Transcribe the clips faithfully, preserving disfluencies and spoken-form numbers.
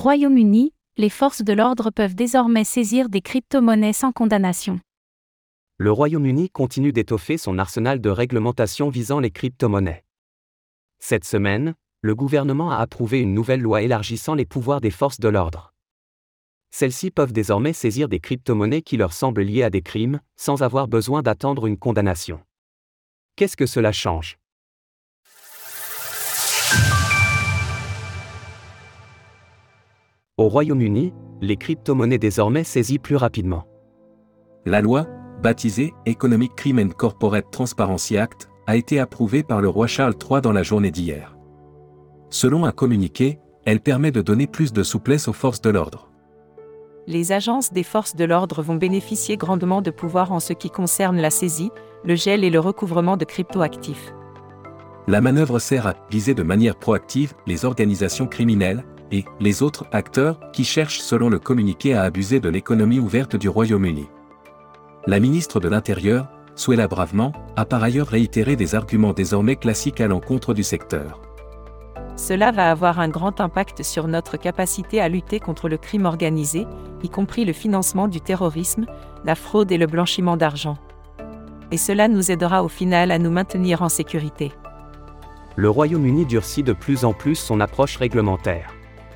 Royaume-Uni, les forces de l'ordre peuvent désormais saisir des crypto-monnaies sans condamnation. Le Royaume-Uni continue d'étoffer son arsenal de réglementation visant les crypto-monnaies. Cette semaine, le gouvernement a approuvé une nouvelle loi élargissant les pouvoirs des forces de l'ordre. Celles-ci peuvent désormais saisir des crypto-monnaies qui leur semblent liées à des crimes, sans avoir besoin d'attendre une condamnation. Qu'est-ce que cela change ? Au Royaume-Uni, les crypto-monnaies désormais saisies plus rapidement. La loi, baptisée Economic Crime and Corporate Transparency Act, a été approuvée par le roi Charles trois dans la journée d'hier. Selon un communiqué, elle permet de donner plus de souplesse aux forces de l'ordre. Les agences des forces de l'ordre vont bénéficier grandement de pouvoirs en ce qui concerne la saisie, le gel et le recouvrement de crypto-actifs. La manœuvre sert à viser de manière proactive les organisations criminelles et les autres acteurs qui cherchent selon le communiqué à abuser de l'économie ouverte du Royaume-Uni. La ministre de l'Intérieur, Suella Braverman, a par ailleurs réitéré des arguments désormais classiques à l'encontre du secteur. Cela va avoir un grand impact sur notre capacité à lutter contre le crime organisé, y compris le financement du terrorisme, la fraude et le blanchiment d'argent. Et cela nous aidera au final à nous maintenir en sécurité. Le Royaume-Uni durcit de plus en plus son approche réglementaire.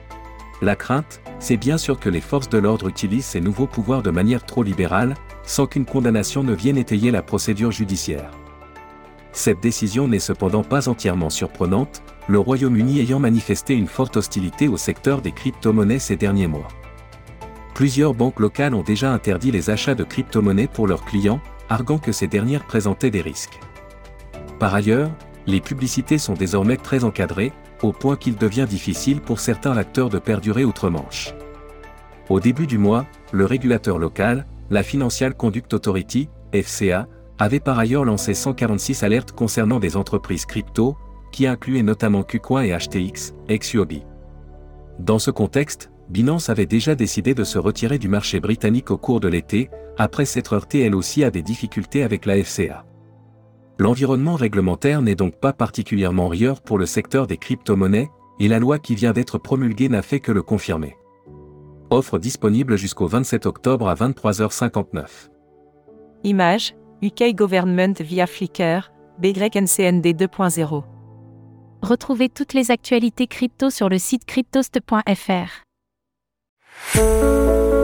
La crainte, c'est bien sûr que les forces de l'ordre utilisent ces nouveaux pouvoirs de manière trop libérale, sans qu'une condamnation ne vienne étayer la procédure judiciaire. Cette décision n'est cependant pas entièrement surprenante, le Royaume-Uni ayant manifesté une forte hostilité au secteur des crypto-monnaies ces derniers mois. Plusieurs banques locales ont déjà interdit les achats de crypto-monnaies pour leurs clients, arguant que ces dernières présentaient des risques. Par ailleurs, les publicités sont désormais très encadrées, au point qu'il devient difficile pour certains acteurs de perdurer outre-Manche. Au début du mois, le régulateur local, la Financial Conduct Authority, F C A, avait par ailleurs lancé cent quarante-six alertes concernant des entreprises crypto, qui incluaient notamment KuCoin et H T X, ex-U O B I. Dans ce contexte, Binance avait déjà décidé de se retirer du marché britannique au cours de l'été, après s'être heurté elle aussi à des difficultés avec la F C A. L'environnement réglementaire n'est donc pas particulièrement rieur pour le secteur des crypto-monnaies, et la loi qui vient d'être promulguée n'a fait que le confirmer. Offre disponible jusqu'au vingt-sept octobre à vingt-trois heures cinquante-neuf. Image, U K Government via Flickr, B Y N C N D deux point zéro. Retrouvez toutes les actualités crypto sur le site cryptost point f r.